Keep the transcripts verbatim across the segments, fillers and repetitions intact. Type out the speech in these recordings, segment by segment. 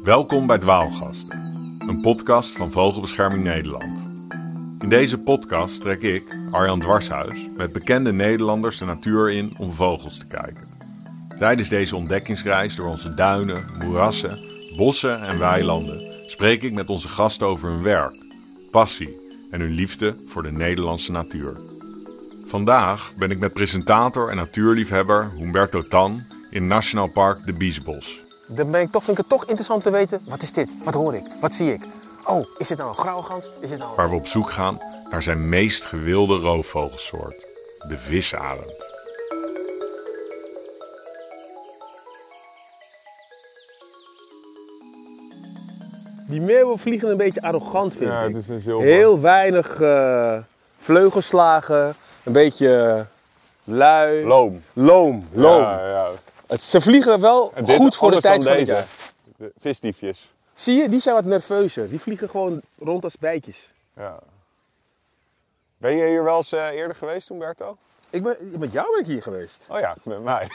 Welkom bij Dwaalgasten, een podcast van Vogelbescherming Nederland. In deze podcast trek ik, Arjan Dwarshuis, met bekende Nederlanders de natuur in om vogels te kijken. Tijdens deze ontdekkingsreis door onze duinen, moerassen, bossen en weilanden spreek ik met onze gasten over hun werk, passie en hun liefde voor de Nederlandse natuur. Vandaag ben ik met presentator en natuurliefhebber Humberto Tan in Nationaal Park de Biesbos. Dan ben ik toch, vind ik het toch interessant te weten, wat is dit? Wat hoor ik? Wat zie ik? Oh, is dit nou een grauwgans? Is dit nou een... Waar we op zoek gaan naar zijn meest gewilde roofvogelsoort, de visarend. Die meeuwen vliegen een beetje arrogant, vind Ja, ik. het is een zilver. Heel weinig uh, vleugelslagen, een beetje lui. Loom. Loom, loom. Ja, ja. Het, ze vliegen wel En dit goed voor de anders tijd dan van het deze. jaar. De visdiefjes. Zie je, die zijn wat nerveuzer. Die vliegen gewoon rond als bijtjes. Ja. Ben je hier wel eens uh, eerder geweest, Humberto? Ik ben, met jou ben ik hier geweest. Oh ja, met mij.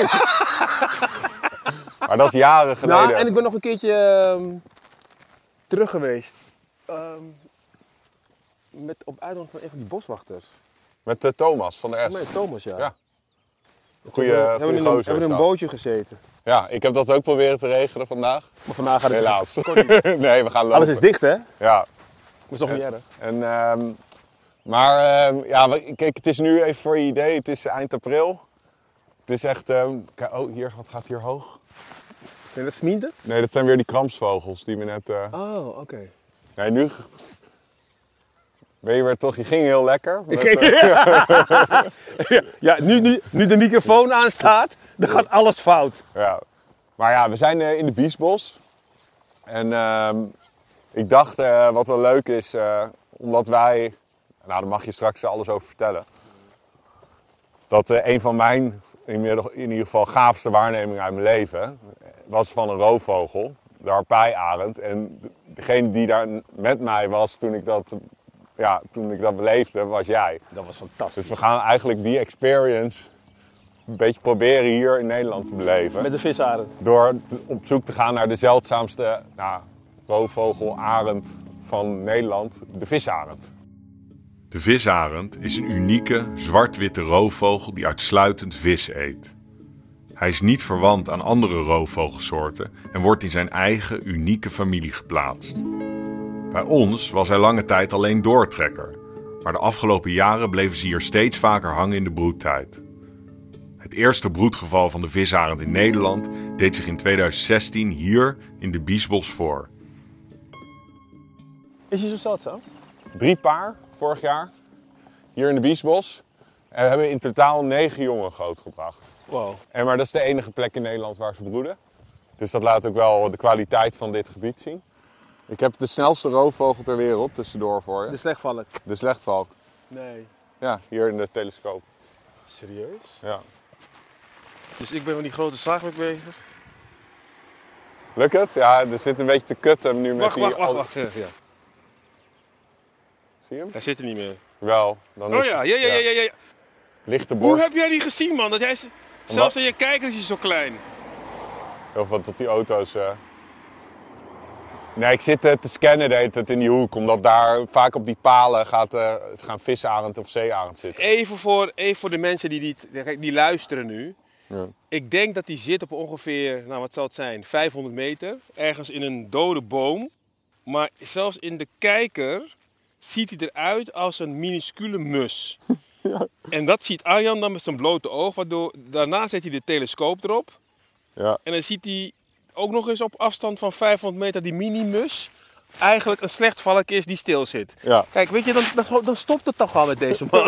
Maar dat is jaren geleden. Nou, en ik ben nog een keertje uh, terug geweest. Uh, met, op uitnodiging van een van die boswachters. Met uh, Thomas van de S. Met Thomas, ja. Ja. Goeie, we goeie hebben in een, gozer hebben in is een dat. bootje gezeten. Ja, ik heb dat ook proberen te regelen vandaag. Maar vandaag gaat het Helaas. kon niet. Nee, we gaan lopen. Alles is dicht, hè? Ja. Dat is toch niet erg. En, ehm, maar uh, ja, kijk, het is nu even voor je idee. Het is eind april. Het is echt... Um, kijk, oh, hier, wat gaat hier hoog? Zijn dat smienten? Nee, dat zijn weer die kramsvogels die we net... Uh... Oh, oké. Okay. Nee, nu... Ben je weer toch... Je ging heel lekker. Met, ging, uh... ja, ja, ja nu, nu, nu de microfoon aanstaat, dan gaat alles fout. Ja. Maar ja, we zijn uh, in de Biesbos. En uh, ik dacht, uh, wat wel leuk is, uh, omdat wij... Nou, daar mag je straks alles over vertellen. Dat uh, een van mijn, in ieder geval, gaafste waarnemingen uit mijn leven... was van een roofvogel, de harpijarend. En degene die daar met mij was toen ik dat, ja, toen ik dat beleefde, was jij. Dat was fantastisch. Dus we gaan eigenlijk die experience een beetje proberen hier in Nederland te beleven. Met de visarend. Door op zoek te gaan naar de zeldzaamste nou, roofvogelarend van Nederland, de visarend. De visarend is een unieke, zwart-witte roofvogel die uitsluitend vis eet. Hij is niet verwant aan andere roofvogelsoorten en wordt in zijn eigen unieke familie geplaatst. Bij ons was hij lange tijd alleen doortrekker, maar de afgelopen jaren bleven ze hier steeds vaker hangen in de broedtijd. Het eerste broedgeval van de visarend in Nederland deed zich in tweeduizend zestien hier in de Biesbos voor. Is hij zo zeldzaam? Drie paar vorig jaar, hier in de Biesbos. En we hebben in totaal negen jongen grootgebracht. Wow. En maar dat is de enige plek in Nederland waar ze broeden. Dus dat laat ook wel de kwaliteit van dit gebied zien. Ik heb de snelste roofvogel ter wereld tussendoor voor je. De slechtvalk? De slechtvalk. Nee. Ja, hier in de telescoop. Serieus? Ja. Dus ik ben van die grote zaagwerk bezig. Lukt het? Ja, er zit een beetje te kutten nu met Wacht, die... wacht, wacht, wacht. Ja, ja. Zie je hem? Hij zit er niet meer. Wel. Dan Oh is, ja, ja, ja, ja, ja. ja. Lichte Hoe borst. heb jij die gezien, man? Dat hij is... Zelfs aan je kijker is hij zo klein. Heel veel tot die auto's... Uh... Nee, ik zit uh, te scannen de hele tijd in die hoek. Omdat daar vaak op die palen gaat, uh, gaan visarend of zeearend zitten. Even voor, even voor de mensen die, die, die luisteren nu. Ja. Ik denk dat die zit op ongeveer, nou wat zal het zijn, vijfhonderd meter. Ergens in een dode boom. Maar zelfs in de kijker ziet hij eruit als een minuscule mus. Ja. En dat ziet Arjan dan met zijn blote oog. Waardoor, daarna zet hij de telescoop erop. Ja. En dan ziet hij ook nog eens op afstand van vijfhonderd meter die mini-mus eigenlijk een slechtvalk is die stil zit. Ja. Kijk, weet je, dan, dan, dan stopt het toch al met deze man.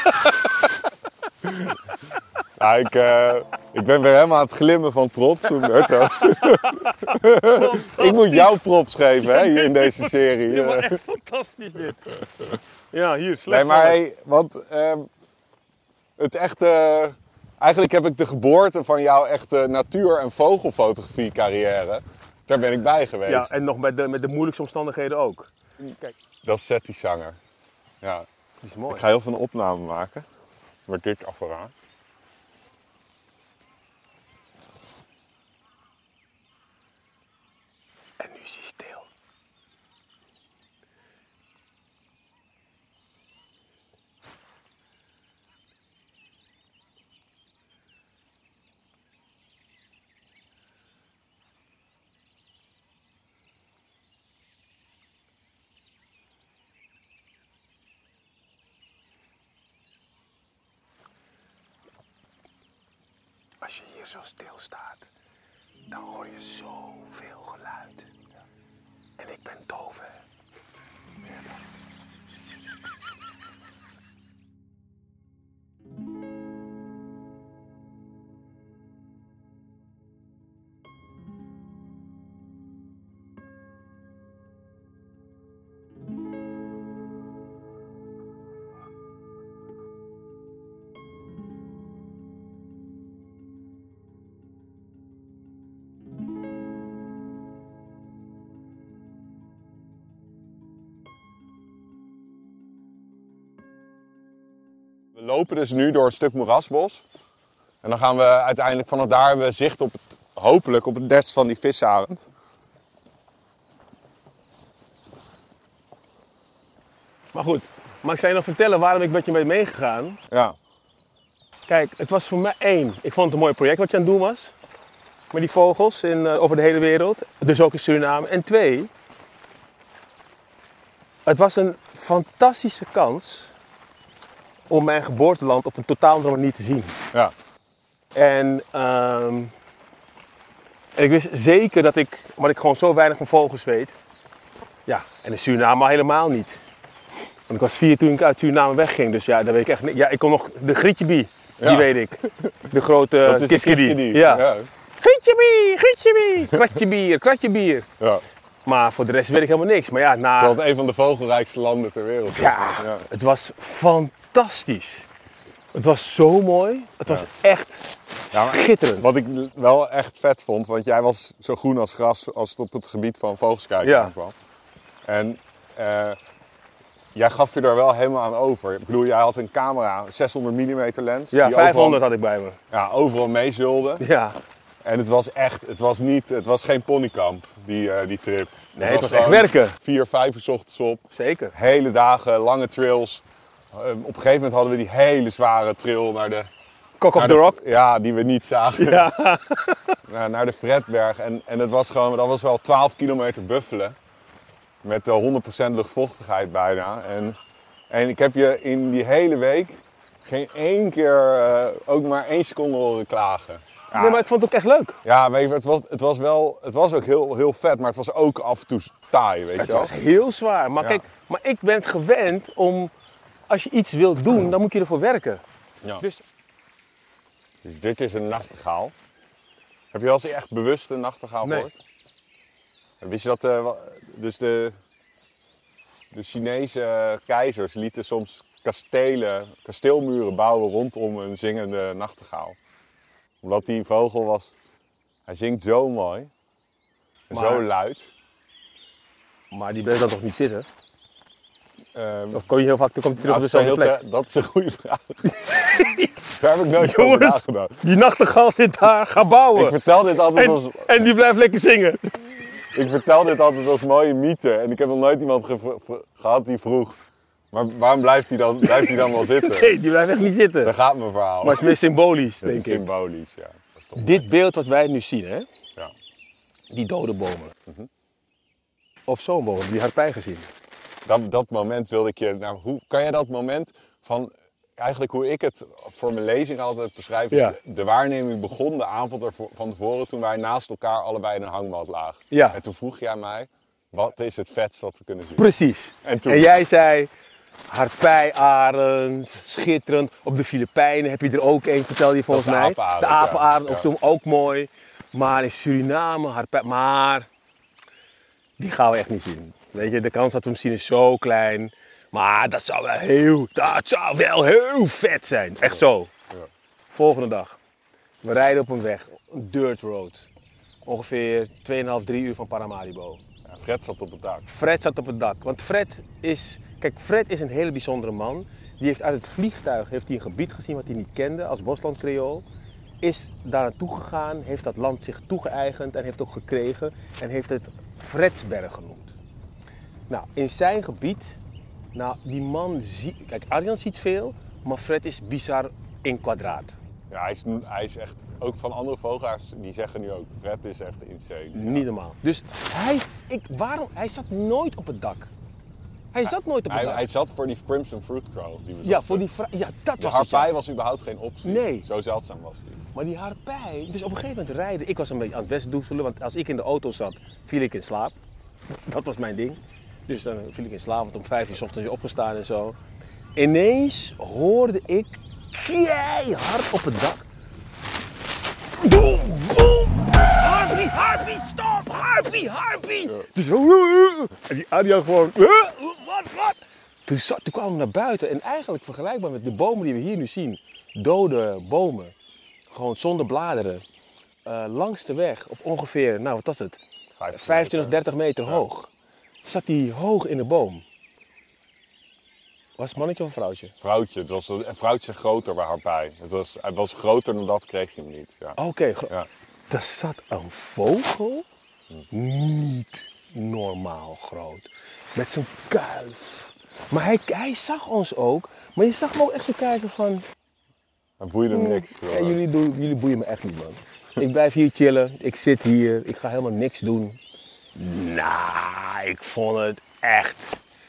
Ja, ik, uh, ik ben weer helemaal aan het glimmen van trots. Humberto. Ik moet jou props geven hè, hier in deze serie. Ja, maar echt fantastisch dit. Ja, hier, slecht. Nee, maar hey, want uh, het echte... Eigenlijk heb ik de geboorte van jouw echte natuur- en vogelfotografie carrière. Daar ben ik bij geweest. Ja, en nog met de, met de moeilijkste omstandigheden ook. Kijk. Dat is Seti Zanger. Ja. Die is mooi. Ik ga heel veel een opname maken. Met dit apparaat. is stil. Als je hier zo stil staat, dan hoor je zoveel geluid. En ik ben doof, hè. We lopen dus nu door een stuk moerasbos. En dan gaan we uiteindelijk vanaf daar hebben we zicht op het, hopelijk op het nest van die visarend. Maar goed, maar ik zou je nog vertellen waarom ik met je ben meegegaan. Ja. Kijk, het was voor mij één. Ik vond het een mooi project wat je aan het doen was. Met die vogels in, uh, over de hele wereld. Dus ook in Suriname. En twee, het was een fantastische kans om mijn geboorteland op een totaal andere manier te zien. Ja. En, um, en ik wist zeker dat ik, omdat ik gewoon zo weinig van vogels weet. Ja, en in Suriname al helemaal niet. Want ik was vier toen ik uit Suriname wegging. Dus ja, daar weet ik echt niet. Ja, ik kom nog de Grietjebie, die Ja. weet ik. De grote Dat is de kiskedi. kiskedi. Ja. Ja. Grietjebie, Grietjebie, kratje bier, kratje bier. Ja. Maar voor de rest weet ik helemaal niks. Maar ja, na... Terwijl het een van de vogelrijkste landen ter wereld is. Ja, Ja. het was fantastisch. Het was zo mooi. Het was echt Ja, maar schitterend. Wat ik wel echt vet vond, want jij was zo groen als gras als het op het gebied van vogelskijken Ja. aankwam. En eh, jij gaf je daar wel helemaal aan over. Ik bedoel, jij had een camera, zeshonderd millimeter lens. Ja, die vijfhonderd overal, had ik bij me. ja, overal meezulde. Ja, En het was echt, het was niet, het was geen ponykamp, die, eh, die trip. nee, het was echt gewoon werken. Vier, vijf uur 's ochtends op. Zeker. Hele dagen, lange trails. Uh, op een gegeven moment hadden we die hele zware trail naar de... Cock of naar the de- Rock. Ja, die we niet zagen. Ja. naar, naar de Fredberg. En, en het was gewoon, dat was wel twaalf kilometer buffelen. Met uh, honderd procent luchtvochtigheid bijna. En, en ik heb je in die hele week geen één keer, uh, ook maar één seconde horen klagen. Ja, Nee, maar ik vond het ook echt leuk. ja, weet je, het was, het was wel, het was ook heel, heel vet, maar het was ook af en toe taai, weet Het je wel. was heel zwaar. Maar Ja. kijk, maar ik ben het gewend om, als je iets wilt doen, dan moet je ervoor werken. Ja. Dus Dus dit is een nachtegaal. Heb je wel eens echt bewust een nachtegaal Nee. gehoord? En wist je dat, uh, wa- dus de, de Chinese keizers lieten soms kastelen, kasteelmuren bouwen rondom een zingende nachtegaal. Omdat die vogel was, hij zingt zo mooi en Maar- zo luid. Maar die bleef dan toch niet zitten? Um, Of kom je heel vaak, dan komt hij terug op dat, is dezelfde heel plek? te- dat is een goede vraag. Daar heb ik nooit over Jongens, nagedacht. die nachtegaal zit daar, ga bouwen. Ik vertel dit altijd als... En, en die blijft lekker zingen. Ik vertel dit altijd als mooie mythe en ik heb nog nooit iemand ge- ge- gehad die vroeg, maar waarom blijft hij dan, blijft hij dan wel zitten? Nee, die blijft echt niet zitten. Daar gaat mijn verhaal. Maar het is meer symbolisch, Het is denk ik. symbolisch, ja. Dat is toch Dit beeld wat wij nu zien, hè? Ja. Die dode bomen. Op zo'n boom, heb je die harpij gezien? dat, dat moment wilde ik je, nou, hoe kan jij dat moment van, eigenlijk hoe ik het voor mijn lezing altijd beschrijf, is Ja. de waarneming begon de avond ervo- van tevoren toen wij naast elkaar allebei in een hangmat lagen. Ja. En toen vroeg jij mij, wat is het vetst wat we kunnen zien? Precies. En toen- En jij zei, harpijarend, schitterend. Op de Filipijnen heb je er ook een, vertelde je volgens Dat is mij. de apenarend, De apenarend, ja. ook, zo- ook mooi. Maar in Suriname, harpij, maar die gaan we echt niet zien. Weet je, de kans dat we hem zien is zo klein. Maar dat zou wel heel, dat zou wel heel vet zijn. Echt zo. Ja. Volgende dag. We rijden op een weg, een dirt road. Ongeveer twee komma vijf, drie uur van Paramaribo. Ja, Fred zat op het dak. Fred zat op het dak. Want Fred is, kijk, Fred is een hele bijzondere man. Die heeft uit het vliegtuig heeft hij een gebied gezien wat hij niet kende als Bosland Creool. is daar naartoe gegaan, heeft dat land zich toegeëigend en heeft ook gekregen en heeft het Fredsberg genoemd. Nou, in zijn gebied, nou die man ziet, kijk Arjan ziet veel, maar Fred is bizar in kwadraat. Ja, hij is, hij is echt, ook van andere vogelaars, die zeggen nu ook, Fred is echt insane. Niet normaal. Dus hij, ik, waarom, hij zat nooit op het dak. Hij zat nooit op het Hij, dak. hij zat voor die Crimson Fruit Crow. Die we ja, zagen. voor die vra- ja, dat de was harpij het. Ja. was überhaupt geen optie. Nee. Zo zeldzaam was die. Maar die harpij, dus op een gegeven moment rijden, ik was een beetje aan het westdoezelen, want als ik in de auto zat, viel ik in slaap. Dat was mijn ding. Dus dan viel ik in slaap, want om vijf uur 's ochtends weer opgestaan en zo. Ineens hoorde ik keihard op het dak. Boom, boom! Harpie, harpie, stop! Harpie, harpie! Ja. Dus zo, en die Arjan gewoon, wat, wat? Toen, zat, toen kwamen we naar buiten en eigenlijk vergelijkbaar met de bomen die we hier nu zien. Dode bomen, gewoon zonder bladeren. Uh, langs de weg, op ongeveer, nou wat was het? vijfentwintig, dertig meter ja. hoog. Zat hij hoog in de boom. Was het mannetje of een vrouwtje? Vrouwtje. Het was een vrouwtje groter bij harpij. Het was, het was groter dan dat, kreeg je hem niet. Ja. Oké, okay, gro- ja. Er zat een vogel, niet normaal groot. Met zijn kuif. Maar hij, hij zag ons ook, maar je zag hem ook echt zo kijken van... Dat boeide hem niks. Ja, jullie, doen, jullie boeien me echt niet, man. Ik blijf hier chillen, ik zit hier, ik ga helemaal niks doen. Nou, ik vond het echt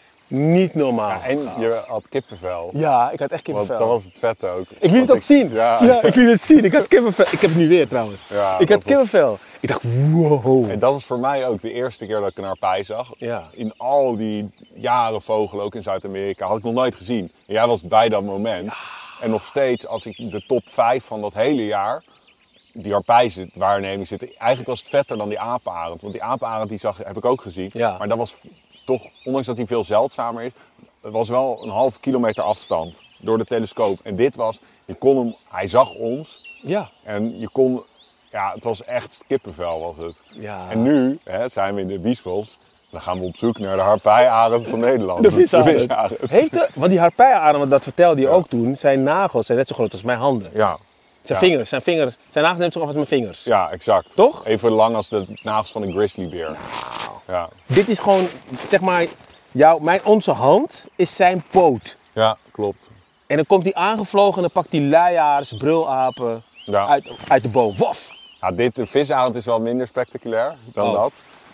niet normaal. Ja, en je had kippenvel. Ja, ik had echt kippenvel. Want dat was het vette ook. Ik liet het ook ik, zien. Ja. ja, ik liet het zien. Ik had kippenvel. Ik heb het nu weer trouwens. Ja, ik had kippenvel. Was... Ik dacht, wow. En dat was voor mij ook de eerste keer dat ik een harpij zag. Ja. In al die jaren vogelen, ook in Zuid-Amerika, had ik nog nooit gezien. En jij was bij dat moment. Ja. En nog steeds, als ik de top vijf van dat hele jaar, die harpijwaarneming zit, eigenlijk was het vetter dan die apenarend. Want die apenarend die zag, heb ik ook gezien. Ja. Maar dat was toch, ondanks dat hij veel zeldzamer is, het was wel een half kilometer afstand door de telescoop. En dit was, je kon hem, hij zag ons. Ja. En je kon, ja, het was echt kippenvel was het. Ja. En nu hè, zijn we in de Biesbos. Dan gaan we op zoek naar de harpijarend van Nederland. De visarend. De visarend. Heeft de, want die harpijarend, dat vertelde je ja. ook toen, zijn nagels zijn net zo groot als mijn handen. Ja. Zijn ja. vingers, zijn vingers, zijn nagels net zo groot als mijn vingers. Ja, exact. Toch? Even lang als de nagels van een grizzlybeer. Nou. Ja. Dit is gewoon, zeg maar, jouw, mijn, onze hand is zijn poot. Ja, klopt. En dan komt hij aangevlogen en dan pakt hij luiaards, brulapen ja. uit, uit de boom. Wof! Ja, dit, de visarend is wel minder spectaculair dan oh. dat.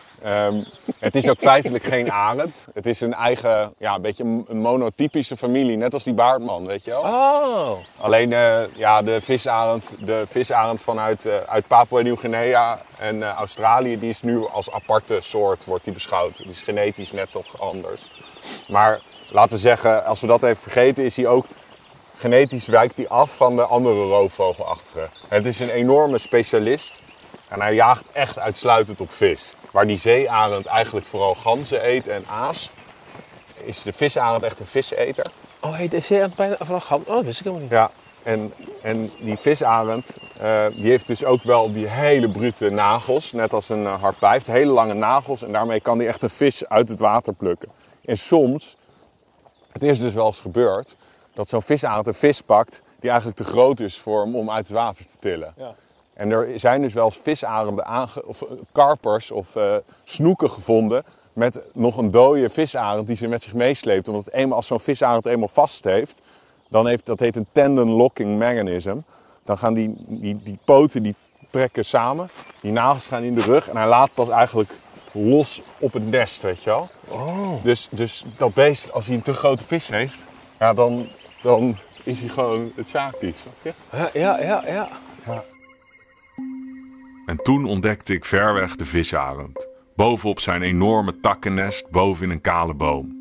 Um, het is ook feitelijk geen arend. Het is een eigen, ja, een beetje een monotypische familie, net als die baardman, weet je wel. Oh. Alleen uh, ja, de visarend, de visarend vanuit uh, uit Papua Nieuw-Guinea en uh, Australië, die is nu als aparte soort wordt die beschouwd. Die is genetisch net toch anders. Maar laten we zeggen, als we dat even vergeten, is hij ook genetisch wijkt hij af van de andere roofvogelachtige. Het is een enorme specialist en hij jaagt echt uitsluitend op vis. Waar die zeearend eigenlijk vooral ganzen eet en aas, is de visarend echt een viseter. Oh, heet de zeearend bijna vooral ganzen? Oh, dat wist ik helemaal niet. Ja, en, en die visarend, uh, die heeft dus ook wel die hele brute nagels, net als een uh, harpij. Hij heeft hele lange nagels en daarmee kan hij echt een vis uit het water plukken. En soms, het is dus wel eens gebeurd, dat zo'n visarend een vis pakt die eigenlijk te groot is voor hem om uit het water te tillen. Ja. En er zijn dus wel eens visarenden, aange- of karpers of uh, snoeken gevonden met nog een dode visarend die ze met zich meesleept. Omdat eenmaal, als zo'n visarend eenmaal vast heeft, dan heeft dat heet een tendon locking mechanism. Dan gaan die, die, die poten die trekken samen, die nagels gaan in de rug en hij laat pas eigenlijk los op het nest, weet je wel. Oh. Dus, dus dat beest, als hij een te grote vis heeft, ja, dan, dan is hij gewoon het zaakje, snap je? Ja, ja, ja, ja. ja. En toen ontdekte ik ver weg de visarend. Bovenop zijn enorme takkennest, boven in een kale boom.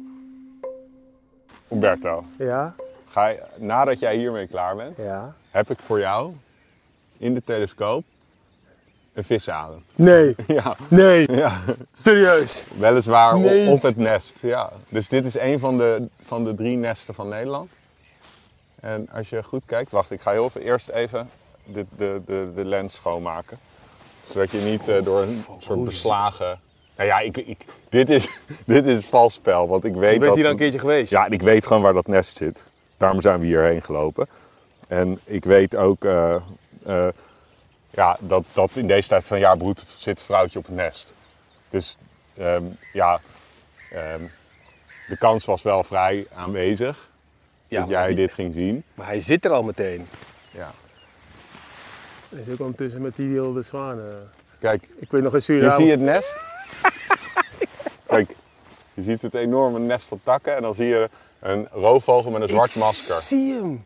Umberto, ja? Ga je, nadat jij hiermee klaar bent, ja? heb ik voor jou in de telescoop een visarend. Nee. Ja. Nee. Ja. Serieus? Weliswaar nee. op, op het nest. Ja. Dus dit is een van de, van de drie nesten van Nederland. En als je goed kijkt, wacht, ik ga heel even, eerst even de, de, de, de lens schoonmaken. Zodat je niet uh, door een soort beslagen... Nou ja, ik, ik, dit, is, dit is vals spel, want ik weet je bent dat... hier dan een keertje geweest? Ja, ik weet gewoon waar dat nest zit. Daarom zijn we hierheen gelopen. En ik weet ook uh, uh, ja, dat, dat in deze tijd van het jaar broedt, zit het vrouwtje op het nest. Dus um, ja, um, de kans was wel vrij aanwezig Ja, dat jij die, dit ging zien. Maar hij zit er al meteen. Ja. Hij is ook ondertussen met die wilde zwanen. Kijk, Ik weet nog in hier Suriname. zie je het nest. Kijk, je ziet het enorme nest van takken en dan zie je een roofvogel met een zwart Ik masker. zie hem.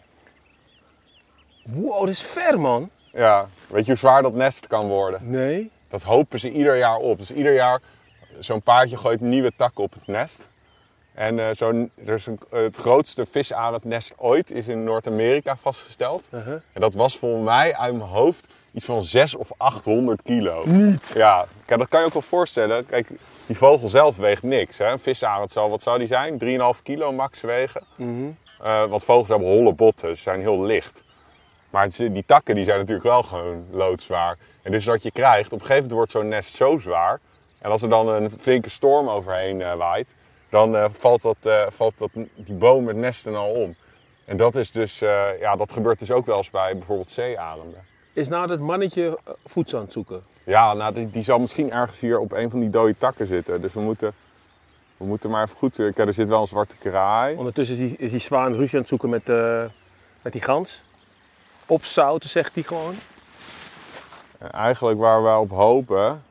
Wow, dat is ver, man. Ja, weet je hoe zwaar dat nest kan worden? Nee. Dat hopen ze ieder jaar op. Dus ieder jaar, zo'n paardje gooit nieuwe takken op het nest. En uh, zo'n, er is een, het grootste visarendnest ooit is in Noord-Amerika vastgesteld. Uh-huh. En dat was volgens mij uit mijn hoofd iets van zeshonderd of achthonderd kilo. Niet. Ja, kijk, dat kan je ook wel voorstellen. Kijk, die vogel zelf weegt niks. Hè? Een visarend zal, wat zou die zijn? drie komma vijf kilo max wegen. Mm-hmm. Uh, want vogels hebben holle botten, dus ze zijn heel licht. Maar het, die takken die zijn natuurlijk wel gewoon loodzwaar. En dus wat je krijgt, op een gegeven moment wordt zo'n nest zo zwaar. En als er dan een flinke storm overheen uh, waait, dan uh, valt, dat, uh, valt dat, die boom het nest dan al om. En dat is dus, uh, ja, dat gebeurt dus ook wel eens bij bijvoorbeeld zeearenden. Is nou dat mannetje voedsel aan het zoeken? Ja, nou, die, die zal misschien ergens hier op een van die dode takken zitten. Dus we moeten, we moeten maar even goed... Kijk, er zit wel een zwarte kraai. Ondertussen is die, is die zwaan ruzie aan het zoeken met, uh, met die gans. Opzouten, zegt hij gewoon. En eigenlijk waar we op hopen...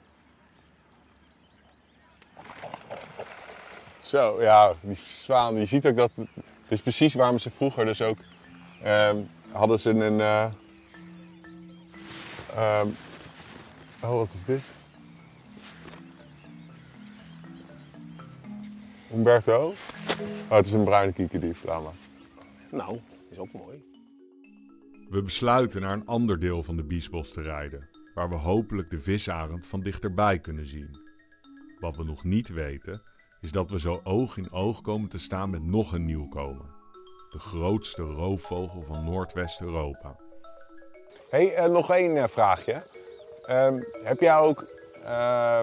Zo, ja, die zwaan. Je ziet ook dat... Dit is precies waarom ze vroeger dus ook... Uh, hadden ze een... Uh, uh, oh, wat is dit? Humberto? Oh, het is een bruine kiekendief, laat maar. Nou, is ook mooi. We besluiten naar een ander deel van de Biesbos te rijden, waar we hopelijk de visarend van dichterbij kunnen zien. Wat we nog niet weten, is dat we zo oog in oog komen te staan met nog een nieuwkomer. De grootste roofvogel van Noordwest-Europa. Hé, hey, uh, nog één uh, vraagje. Um, heb jij ook... Uh,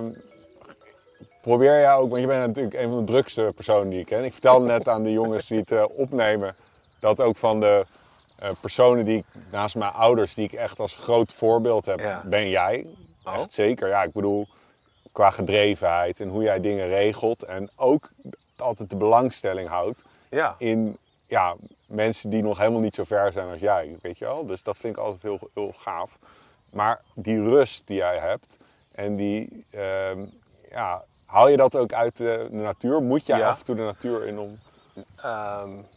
probeer jij ook... Want je bent natuurlijk een van de drukste personen die ik ken. Ik vertelde net aan de jongens die het uh, opnemen... dat ook van de uh, personen die ik... naast mijn ouders, die ik echt als groot voorbeeld heb... Ja. ben jij. Oh. Echt zeker. Ja, ik bedoel... qua gedrevenheid en hoe jij dingen regelt. En ook altijd de belangstelling houdt... Ja. in... ja, mensen die nog helemaal niet zo ver zijn als jij, weet je wel. Dus dat vind ik altijd heel, heel gaaf. Maar die rust die jij hebt en die, uh, ja, haal je dat ook uit de, de natuur? Moet jij Ja. af en toe de natuur in om, Um,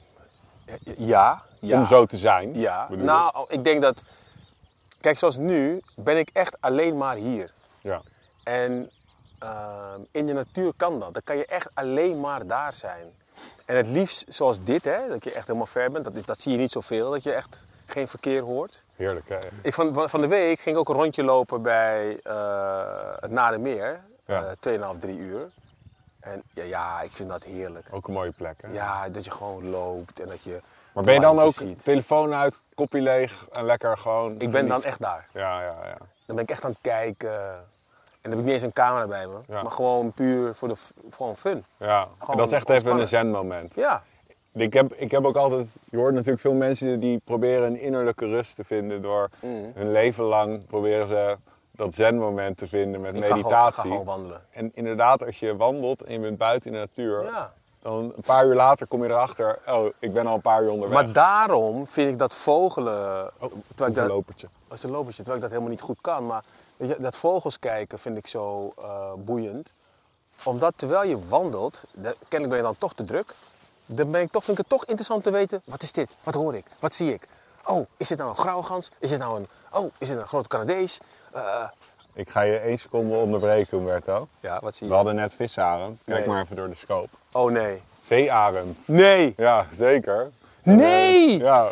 ja, ja. om zo te zijn? Ja, bedoel nou, ik denk dat... Kijk, zoals nu ben ik echt alleen maar hier. ik? Ja. En um, in de natuur kan dat. Dan kan je echt alleen maar daar zijn. En het liefst zoals dit, hè, dat je echt helemaal ver bent. Dat, dat zie je niet zoveel, dat je echt geen verkeer hoort. Heerlijk, hè? Ik van, van de week ging ik ook een rondje lopen bij uh, het Nadermeer. Ja. Uh, tweeënhalf, drie uur. En ja, ja, ik vind dat heerlijk. Ook een mooie plek, hè? Ja, dat je gewoon loopt en dat je... Maar ben je dan ook ziet. telefoon uit, kopje leeg en lekker gewoon... Ik ben dan echt daar. Ja, ja, ja. Dan ben ik echt aan het kijken. En dan heb ik niet eens een camera bij me. Ja. Maar gewoon puur voor de gewoon fun. Ja, Gewoon en dat is echt even een ontspannen. zenmoment. Ja. Ik heb, ik heb ook altijd, je hoort natuurlijk veel mensen die proberen een innerlijke rust te vinden door Mm. hun leven lang proberen ze dat zenmoment te vinden met Ik ga gewoon, meditatie. ga gewoon wandelen. En inderdaad, als je wandelt en je bent buiten in de natuur, Ja. dan een paar uur later kom je erachter, oh, ik ben al een paar uur onderweg. Maar daarom vind ik dat vogelen... Oh, terwijl ik een dat, lopertje. dat is een lopertje, terwijl ik dat helemaal niet goed kan. Maar weet je, dat vogels kijken vind ik zo uh, boeiend. Omdat terwijl je wandelt, de, kennelijk ben je dan toch te druk. Dan ben ik toch, vind ik het toch interessant te weten, wat is dit? Wat hoor ik? Wat zie ik? Oh, is dit nou een grauwgans? Is dit nou een, oh, is dit een grote Canadees? Uh, Ik ga je één seconde onderbreken, Humberto. ja, wat zie We je? hadden net visarend. Kijk Nee. maar even door de scope. Oh nee. Zeearend. Nee! Ja, zeker. Nee! Ja.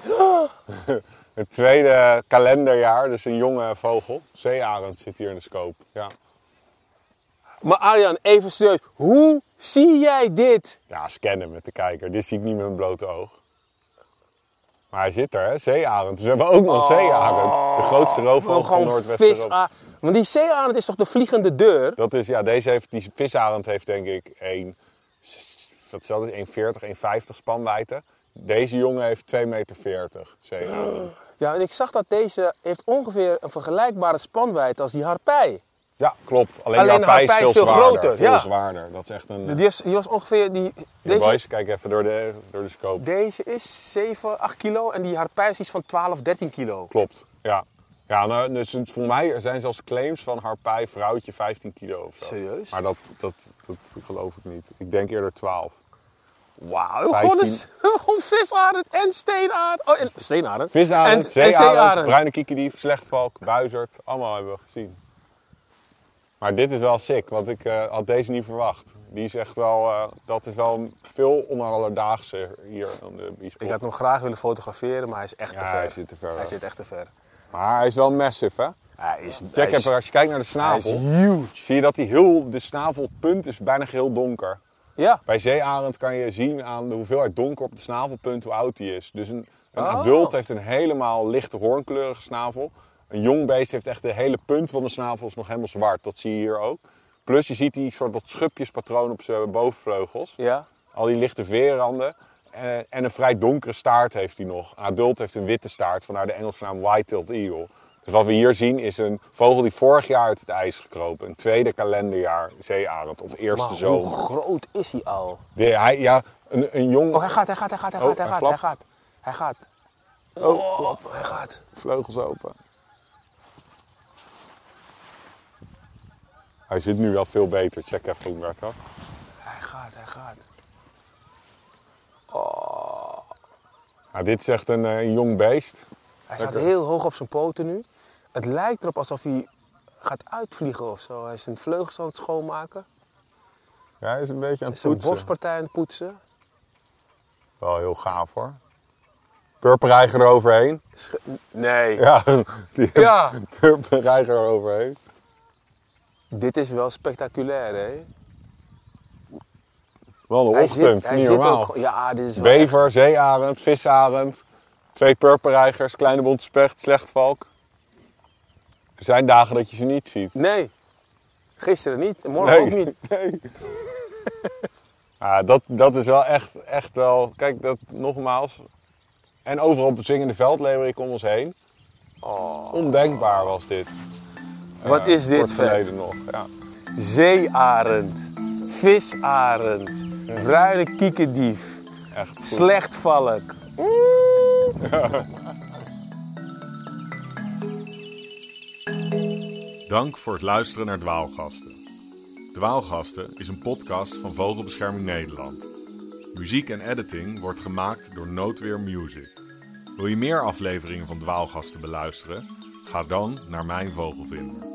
Het tweede kalenderjaar, dus een jonge vogel. Zeearend zit hier in de scope. Ja, Maar Arjan, even serieus. Hoe zie jij dit? ja, scannen met de kijker. Dit zie ik niet met mijn blote oog. Maar hij zit er, hè? Zeearend. Dus we hebben ook nog zeearend. De grootste roofvogel van Gewoon Noordwest-Europa. vis. Want die zeearend is toch de vliegende deur? Dat is, ja, deze heeft, die visarend heeft denk ik een, wat zal het, één veertig, één vijftig spanwijdte. Deze jongen heeft twee meter veertig, zeearend. Ja, en ik zag dat deze heeft ongeveer een vergelijkbare spanwijdte als die harpij. Ja, klopt. Alleen, Alleen de harpij is veel, veel zwaarder, groter, Veel ja. zwaarder. Dat is echt een... Die was, die was ongeveer... Die, Hier, deze, boys, kijk even door de, door de scope. deze is zeven, acht kilo en die harpij is iets van twaalf, dertien kilo. Klopt, ja. Ja, nou, dus het- voor mij er zijn zelfs claims van harpij vrouwtje vijftien kilo of zo. Serieus? Maar dat, dat, dat geloof ik niet. Ik denk eerder twaalf. Wauw, vijftien. gewoon, een, gewoon visarend en steenarend. Oh, en steenarend. Visarend, en, zeearend, en zeearend. bruine kiekendief, slechtvalk, buizerd. Allemaal hebben we gezien. Maar dit is wel sick, want ik uh, had deze niet verwacht. Die is echt wel, uh, dat is wel veel onallerdaagse hier aan de Biesbos. Ik had hem graag willen fotograferen, maar hij is echt Ja, te ver. hij zit te ver Hij weg. zit echt te ver. Maar hij is wel massive, hè? Hij is, Check hij is, even, als je kijkt naar de hij is snavel, huge. zie je dat die heel, de snavelpunt is bijna geheel donker. Ja. Bij zeearend kan je zien aan de hoeveelheid donker op de snavelpunt hoe oud die is. Dus een, een Oh. adult heeft een helemaal lichte hoornkleurige snavel. Een jong beest heeft echt de hele punt van de snavel is nog helemaal zwart. Dat zie je hier ook. Plus je ziet die soort dat schubjespatroon op zijn bovenvleugels. Ja. Al die lichte veerranden. Eh, en een vrij donkere staart heeft hij nog. Een adult heeft een witte staart, vandaar de Engelse naam white-tailed eagle. Dus wat we hier zien is een vogel die vorig jaar uit het ijs gekropen. Een tweede kalenderjaar zeearend of eerste Maar zomer. hoe groot is hij al? De, hij, ja, een, een jong... Oh, hij gaat, hij gaat, hij gaat, hij Oh, gaat, hij hij gaat, hij flapt. gaat. Hij gaat. Oh, flap. Hij gaat. Vleugels open. Hij zit nu wel veel beter. Check even Humberto. Hij gaat, hij gaat. Nou, dit is echt een, eh, een jong beest. Hij staat Lekker. heel hoog op zijn poten nu. Het lijkt erop alsof hij gaat uitvliegen of zo. Hij is zijn vleugels aan het schoonmaken. Ja, hij is een beetje aan het Zijn poetsen. borstpartij aan het poetsen. Wel heel gaaf hoor. Purperreiger eroverheen. Sch- Nee. Ja, die Ja. purperreiger eroverheen. Dit is wel spectaculair, hè? Wel een Hij ochtend, zit, hij niet zit normaal. ook... Ja, dit is wel Bever, zeearend, visarend, twee purperreigers, kleine bonte specht, slechtvalk. Er zijn dagen dat je ze niet ziet. echt- Nee. Gisteren niet. En morgen ook niet. Nee. Ja, dat, dat is wel echt, echt wel... Kijk, dat nogmaals... En overal op het zingende veldleeuwerik om ons heen. Oh. Ondenkbaar was dit. Wat Ja, is dit kort vet. geleden nog, ja. Zeearend. Visarend. Bruine kiekendief. Echt goed. Slechtvalk. Dank voor het luisteren naar Dwaalgasten. Dwaalgasten is een podcast van Vogelbescherming Nederland. Muziek en editing wordt gemaakt door Noodweer Music. Wil je meer afleveringen van Dwaalgasten beluisteren? Ga dan naar Mijn Vogelvinder.